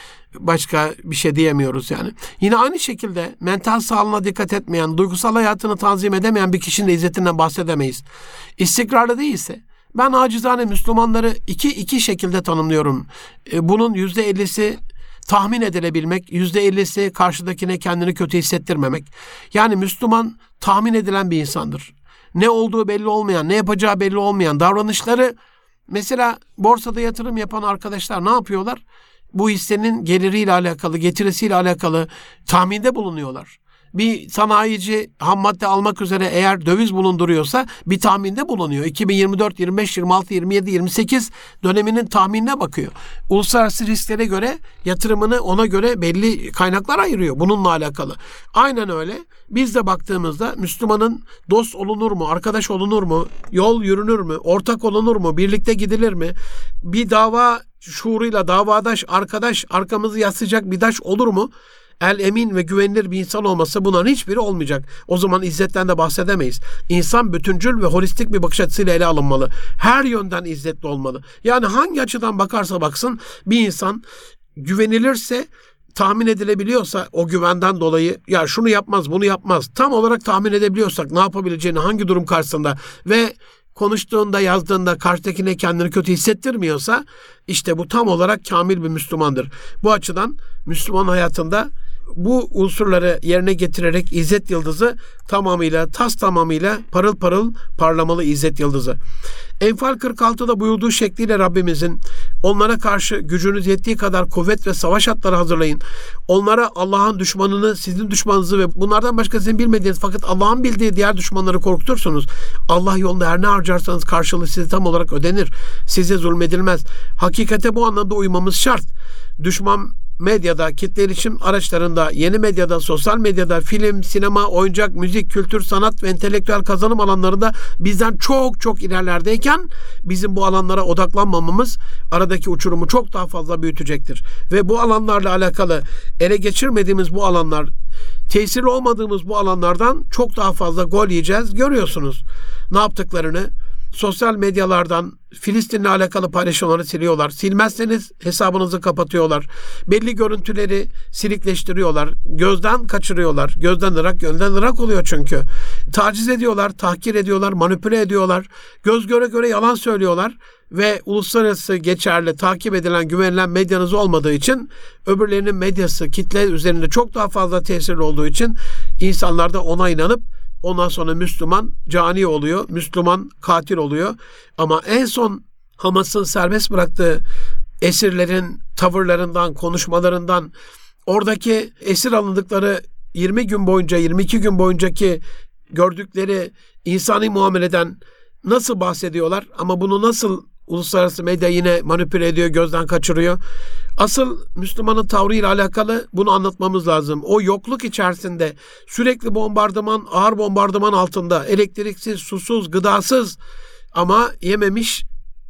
Başka bir şey diyemiyoruz yani. Yine aynı şekilde mental sağlığına dikkat etmeyen, duygusal hayatını tanzim edemeyen bir kişinin de izzetinden bahsedemeyiz. İstikrarlı değilse, ben acizane Müslümanları iki, iki şekilde tanımlıyorum. Bunun yüzde ellisi tahmin edilebilmek, yüzde ellisi karşıdakine kendini kötü hissettirmemek. Yani Müslüman tahmin edilen bir insandır. Ne olduğu belli olmayan, ne yapacağı belli olmayan davranışları, mesela borsada yatırım yapan arkadaşlar ne yapıyorlar? Bu hissenin geliriyle alakalı, getirisiyle alakalı tahminde bulunuyorlar. Bir sanayici ham madde almak üzere eğer döviz bulunduruyorsa bir tahminde bulunuyor. iki bin yirmi dört, yirmi beş, yirmi altı, yirmi yedi, yirmi sekiz döneminin tahminine bakıyor. Uluslararası risklere göre yatırımını ona göre belli kaynaklar ayırıyor bununla alakalı. Aynen öyle. Biz de baktığımızda Müslümanın dost olunur mu, arkadaş olunur mu, yol yürünür mü, ortak olunur mu, birlikte gidilir mi, bir dava şuuruyla davadaş, arkadaş, arkamızı yaslayacak bir daş olur mu? El emin ve güvenilir bir insan olmasa bunların hiçbiri olmayacak. O zaman izzetten de bahsedemeyiz. İnsan bütüncül ve holistik bir bakış açısıyla ele alınmalı. Her yönden izzetli olmalı. Yani hangi açıdan bakarsa baksın bir insan güvenilirse, tahmin edilebiliyorsa o güvenden dolayı ya şunu yapmaz, bunu yapmaz, tam olarak tahmin edebiliyorsak ne yapabileceğini, hangi durum karşısında ve konuştuğunda, yazdığında karşıdakine kendini kötü hissettirmiyorsa işte bu tam olarak kamil bir Müslümandır. Bu açıdan Müslüman hayatında bu unsurları yerine getirerek izzet yıldızı tamamıyla, tas tamamıyla parıl parıl parlamalı izzet yıldızı. Enfal kırk altıda buyurduğu şekliyle Rabbimizin onlara karşı gücünüz yettiği kadar kuvvet ve savaş atları hazırlayın. Onlara Allah'ın düşmanını, sizin düşmanınızı ve bunlardan başka sizin bilmediğiniz fakat Allah'ın bildiği diğer düşmanları korkutursunuz. Allah yolunda her ne harcarsanız karşılığı size tam olarak ödenir. Size zulmedilmez. Hakikate bu anlamda uymamız şart. Düşman medyada, kitle iletişim araçlarında, yeni medyada, sosyal medyada, film, sinema, oyuncak, müzik, kültür, sanat ve entelektüel kazanım alanlarında bizden çok çok ilerlerdeyken bizim bu alanlara odaklanmamamız aradaki uçurumu çok daha fazla büyütecektir. Ve bu alanlarla alakalı ele geçirmediğimiz bu alanlar, tesirli olmadığımız bu alanlardan çok daha fazla gol yiyeceğiz. Görüyorsunuz ne yaptıklarını. Sosyal medyalardan Filistin'le alakalı paylaşımları siliyorlar. Silmezseniz hesabınızı kapatıyorlar. Belli görüntüleri silikleştiriyorlar. Gözden kaçırıyorlar. Gözden ırak, gönlden ırak oluyor çünkü. Taciz ediyorlar, tahkir ediyorlar, manipüle ediyorlar. Göz göre göre yalan söylüyorlar. Ve uluslararası geçerli, takip edilen, güvenilen medyanız olmadığı için öbürlerinin medyası, kitle üzerinde çok daha fazla tesirli olduğu için insanlar da ona inanıp ondan sonra Müslüman cani oluyor, Müslüman katil oluyor. Ama en son Hamas'ın serbest bıraktığı esirlerin tavırlarından, konuşmalarından, oradaki esir alındıkları yirmi gün boyunca, yirmi iki gün boyuncaki gördükleri insani muameleden nasıl bahsediyorlar ama bunu nasıl uluslararası medya yine manipüle ediyor, gözden kaçırıyor. Asıl Müslümanın tavrıyla alakalı bunu anlatmamız lazım. O yokluk içerisinde sürekli bombardıman, ağır bombardıman altında, elektriksiz, susuz, gıdasız ama yememiş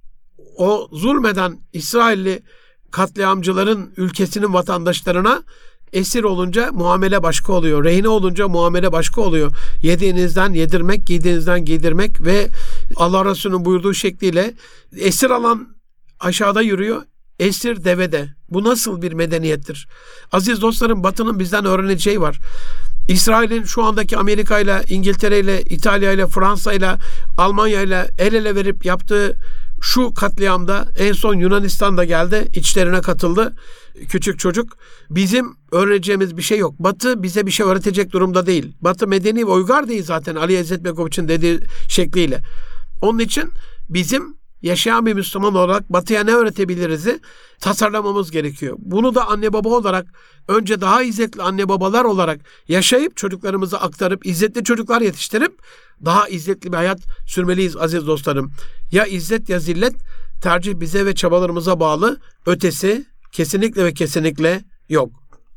o zulmeden İsrailli katliamcıların ülkesinin vatandaşlarına esir olunca muamele başka oluyor. Rehine olunca muamele başka oluyor. Yediğinizden yedirmek, giydiğinizden giydirmek ve Allah Resulü'nün buyurduğu şekliyle esir alan aşağıda yürüyor, esir devede. Bu nasıl bir medeniyettir? Aziz dostlarım, Batı'nın bizden öğreneceği var. İsrail'in şu andaki Amerika ile, İngiltere ile, İtalya ile, Fransa ile, Almanya ile el ele verip yaptığı şu katliamda en son Yunanistan'da geldi, içlerine katıldı. Küçük çocuk. Bizim öğreneceğimiz bir şey yok. Batı bize bir şey öğretecek durumda değil. Batı medeni ve uygar değil zaten Ali İzzet Begoviç'in dediği şekliyle. Onun için bizim yaşayan bir Müslüman olarak Batı'ya ne öğretebiliriz'i tasarlamamız gerekiyor. Bunu da anne baba olarak, önce daha izzetli anne babalar olarak yaşayıp çocuklarımıza aktarıp izzetli çocuklar yetiştirip daha izzetli bir hayat sürmeliyiz aziz dostlarım. Ya izzet ya zillet, tercih bize ve çabalarımıza bağlı. Ötesi kesinlikle ve kesinlikle yok.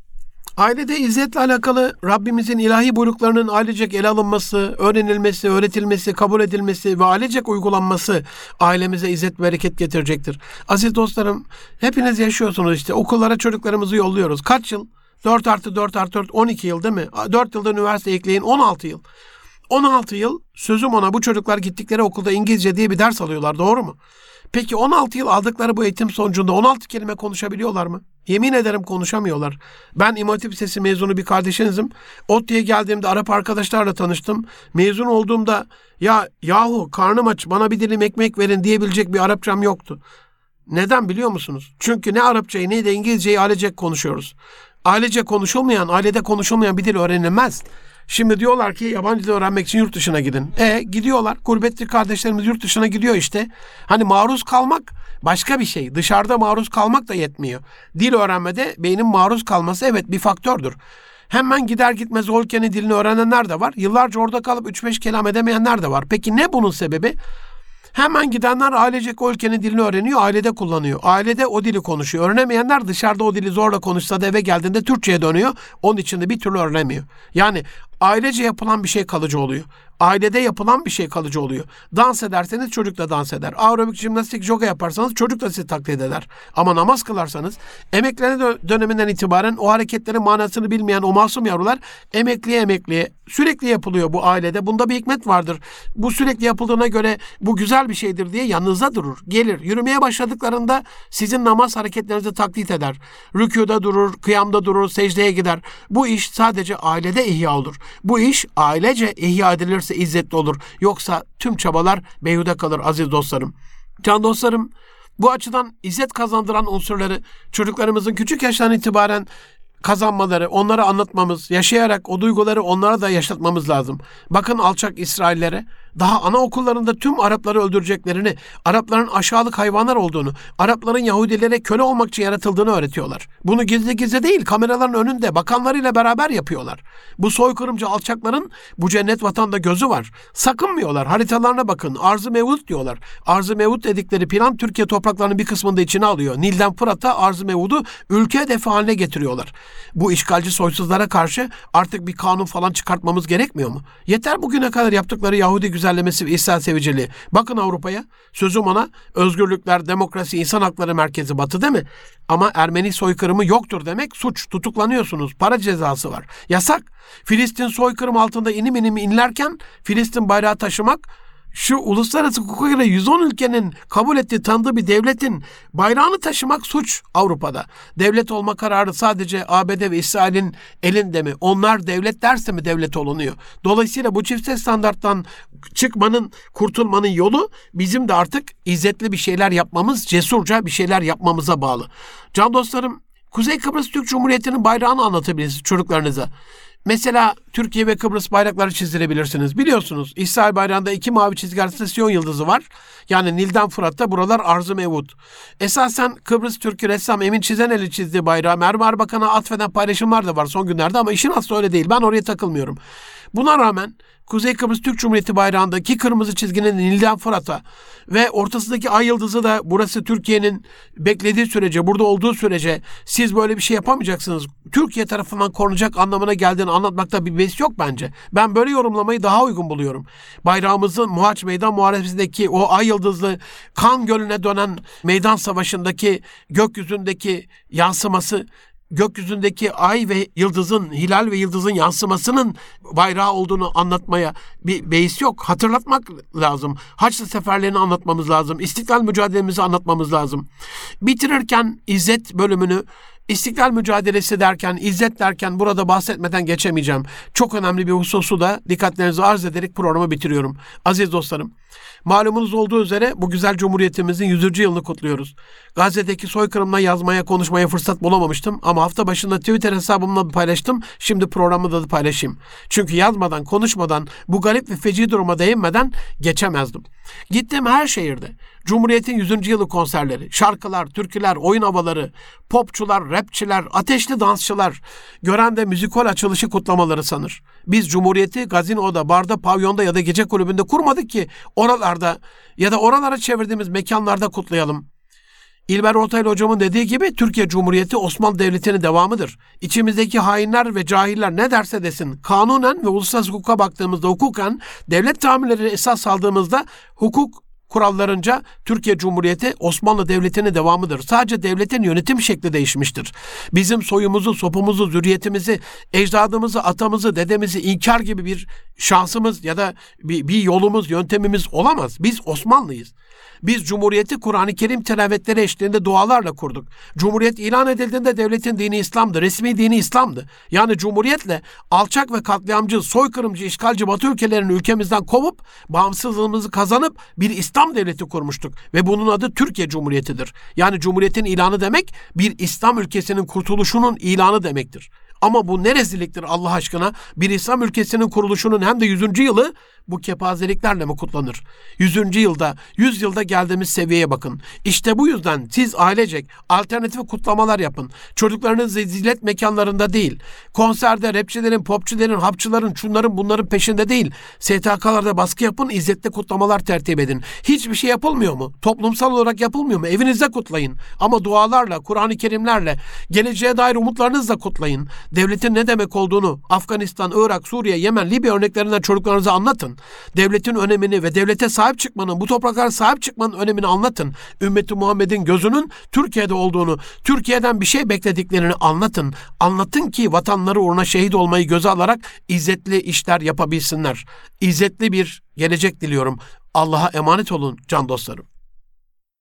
Ailede izzetle alakalı Rabbimizin ilahi buyruklarının ailecek ele alınması, öğrenilmesi, öğretilmesi, kabul edilmesi ve ailecek uygulanması ailemize izzet ve bereket getirecektir. Aziz dostlarım, hepiniz yaşıyorsunuz işte. Okullara çocuklarımızı yolluyoruz. Kaç yıl? dört artı dört artı dört, on iki yıl değil mi? dört yılda üniversite ekleyin, on altı yıl. on altı yıl sözüm ona, bu çocuklar gittikleri okulda İngilizce diye bir ders alıyorlar, doğru mu? Peki on altı yıl aldıkları bu eğitim sonucunda on altı kelime konuşabiliyorlar mı? Yemin ederim konuşamıyorlar. Ben İmam Hatip Lisesi mezunu bir kardeşinizim. ODTÜ'ye geldiğimde Arap arkadaşlarla tanıştım. Mezun olduğumda ya yahu karnım aç bana bir dilim ekmek verin diyebilecek bir Arapçam yoktu. Neden biliyor musunuz? Çünkü ne Arapçayı ne de İngilizceyi ailecek konuşuyoruz. Ailece konuşulmayan, ailede konuşulmayan bir dil öğrenilmez. Şimdi diyorlar ki yabancı dil öğrenmek için yurt dışına gidin. E gidiyorlar. Gurbetli kardeşlerimiz yurt dışına gidiyor işte. Hani maruz kalmak başka bir şey. Dışarıda maruz kalmak da yetmiyor. Dil öğrenmede beynin maruz kalması evet bir faktördür. Hemen gider gitmez o ülkenin dilini öğrenenler de var. Yıllarca orada kalıp üç beş kelam edemeyenler de var. Peki ne bunun sebebi? Hemen gidenler ailecek o ülkenin dilini öğreniyor, ailede kullanıyor. Ailede o dili konuşuyor. Öğrenemeyenler dışarıda o dili zorla konuşsa da eve geldiğinde Türkçe'ye dönüyor. Onun için de bir türlü öğrenemiyor. Yani ailece yapılan bir şey kalıcı oluyor. Ailede yapılan bir şey kalıcı oluyor. Dans ederseniz çocuk da dans eder. Aerobik, jimnastik, yoga yaparsanız çocuk da sizi taklit eder. Ama namaz kılarsanız emeklilik döneminden itibaren o hareketlerin manasını bilmeyen o masum yavrular emekliye emekliye sürekli yapılıyor bu ailede. Bunda bir hikmet vardır. Bu sürekli yapıldığına göre bu güzel bir şeydir diye yanınızda durur. Gelir. Yürümeye başladıklarında sizin namaz hareketlerinizi taklit eder. Rükûda durur, kıyamda durur, secdeye gider. Bu iş sadece ailede ihya olur. Bu iş ailece ihya edilirse izzetli olur. Yoksa tüm çabalar beyhude kalır aziz dostlarım. Can dostlarım, bu açıdan izzet kazandıran unsurları çocuklarımızın küçük yaştan itibaren kazanmaları, onlara anlatmamız, yaşayarak o duyguları onlara da yaşatmamız lazım. Bakın alçak İsraillere, daha anaokullarında tüm Arapları öldüreceklerini, Arapların aşağılık hayvanlar olduğunu, Arapların Yahudilere köle olmak için yaratıldığını öğretiyorlar. Bunu gizli gizli değil, kameraların önünde bakanlarıyla beraber yapıyorlar. Bu soykırımcı alçakların bu cennet vatanda gözü var. Sakınmıyorlar. Haritalarına bakın. Arz-ı Mevud diyorlar. Arz-ı Mevud dedikleri plan Türkiye topraklarının bir kısmını da içine alıyor. Nil'den Fırat'a Arz-ı Mevud'u ülke hedefi haline getiriyorlar. Bu işgalci soysuzlara karşı artık bir kanun falan çıkartmamız gerekmiyor mu? Yeter bugüne kadar yaptıkları Yahudi güzellemesi ve İsrail seviciliği. Bakın Avrupa'ya, sözüm ona, özgürlükler, demokrasi, insan hakları merkezi Batı değil mi? Ama Ermeni soykırımı yoktur demek suç. Tutuklanıyorsunuz. Para cezası var. Yasak. Filistin soykırım altında inim inim inlerken Filistin bayrağı taşımak, şu uluslararası hukuka göre yüz on ülkenin kabul ettiği, tanıdığı bir devletin bayrağını taşımak suç Avrupa'da. Devlet olma kararı sadece A B D ve İsrail'in elinde mi? Onlar devlet derse mi devlet olunuyor? Dolayısıyla bu çifte standarttan çıkmanın, kurtulmanın yolu bizim de artık izzetli bir şeyler yapmamız, cesurca bir şeyler yapmamıza bağlı. Can dostlarım, Kuzey Kıbrıs Türk Cumhuriyeti'nin bayrağını anlatabilirsiniz çocuklarınıza. Mesela Türkiye ve Kıbrıs bayrakları çizdirebilirsiniz. Biliyorsunuz İsrail bayrağında iki mavi çizgi arasında Siyon yıldızı var. Yani Nil'den Fırat'ta buralar Arz-ı Mevud. Esasen Kıbrıs Türk'ü ressam Emin Çizeneli çizdiği bayrağı Merve Erbakan'a atfeden paylaşımlar da var son günlerde ama işin aslı öyle değil. Ben oraya takılmıyorum. Buna rağmen Kuzey Kıbrıs Türk Cumhuriyeti bayrağındaki kırmızı çizginin Nil'den Fırat'a ve ortasındaki ay yıldızı da burası Türkiye'nin beklediği sürece, burada olduğu sürece siz böyle bir şey yapamayacaksınız. Türkiye tarafından korunacak anlamına geldiğini anlatmakta bir beis yok bence. Ben böyle yorumlamayı daha uygun buluyorum. Bayrağımızın Muhaç Meydan Muharebesi'ndeki o ay yıldızlı kan gölüne dönen meydan savaşındaki gökyüzündeki yansıması, gökyüzündeki ay ve yıldızın, hilal ve yıldızın yansımasının bayrağı olduğunu anlatmaya bir beis yok. Hatırlatmak lazım. Haçlı seferlerini anlatmamız lazım. İstiklal mücadelemizi anlatmamız lazım. Bitirirken İzzet bölümünü, İstiklal mücadelesi derken, İzzet derken burada bahsetmeden geçemeyeceğim. Çok önemli bir hususu da dikkatlerinizi arz ederek programı bitiriyorum. Aziz dostlarım, Malumunuz olduğu üzere bu güzel cumhuriyetimizin yüzüncü yılını kutluyoruz. Gazze'deki soykırımla yazmaya, konuşmaya fırsat bulamamıştım ama hafta başında Twitter hesabımla paylaştım. Şimdi programda da paylaşayım. Çünkü yazmadan, konuşmadan, bu garip ve feci duruma değinmeden geçemezdim. Gittiğim her şehirde Cumhuriyet'in yüzüncü yılı konserleri, şarkılar, türküler, oyun havaları, popçular, rapçiler, ateşli dansçılar, gören de müzikal açılışı kutlamaları sanır. Biz Cumhuriyet'i gazinoda, barda, pavyonda ya da gece kulübünde kurmadık ki oralarda ya da oralara çevirdiğimiz mekanlarda kutlayalım. İlber Ortaylı hocamın dediği gibi Türkiye Cumhuriyeti Osmanlı Devleti'nin devamıdır. İçimizdeki hainler ve cahiller ne derse desin, kanunen ve uluslararası hukuka baktığımızda hukuken, devlet tahammülleri esas aldığımızda hukuk kurallarınca Türkiye Cumhuriyeti Osmanlı Devleti'nin devamıdır. Sadece devletin yönetim şekli değişmiştir. Bizim soyumuzu, sopumuzu, zürriyetimizi, ecdadımızı, atamızı, dedemizi inkar gibi bir şansımız ya da bir, bir yolumuz, yöntemimiz olamaz. Biz Osmanlıyız. Biz Cumhuriyeti Kur'an-ı Kerim telavetleri eşliğinde dualarla kurduk. Cumhuriyet ilan edildiğinde devletin dini İslam'dı, resmi dini İslam'dı. Yani Cumhuriyetle alçak ve katliamcı, soykırımcı, işgalci Batı ülkelerini ülkemizden kovup, bağımsızlığımızı kazanıp bir İslam devleti kurmuştuk. Ve bunun adı Türkiye Cumhuriyeti'dir. Yani Cumhuriyetin ilanı demek, bir İslam ülkesinin kurtuluşunun ilanı demektir. Ama bu ne rezilliktir Allah aşkına? Bir İslam ülkesinin kuruluşunun hem de yüzüncü yılı bu kepazeliklerle mi kutlanır? yüzüncü yılda, yüz yılda geldiğimiz seviyeye bakın. İşte bu yüzden siz ailecek alternatif kutlamalar yapın. Çocuklarınız zilet mekanlarında değil. Konserde rapçilerin, popçilerin, hapçıların, şunların bunların peşinde değil. S T K'larda baskı yapın, izzetli kutlamalar tertip edin. Hiçbir şey yapılmıyor mu? Toplumsal olarak yapılmıyor mu? Evinizde kutlayın. Ama dualarla, Kur'an-ı Kerimlerle, geleceğe dair umutlarınızla kutlayın. Devletin ne demek olduğunu Afganistan, Irak, Suriye, Yemen, Libya örneklerinden çocuklarınıza anlatın. Devletin önemini ve devlete sahip çıkmanın, bu topraklara sahip çıkmanın önemini anlatın. Ümmeti Muhammed'in gözünün Türkiye'de olduğunu, Türkiye'den bir şey beklediklerini anlatın. Anlatın ki vatanları uğruna şehit olmayı göze alarak izzetli işler yapabilsinler. İzzetli bir gelecek diliyorum. Allah'a emanet olun can dostlarım.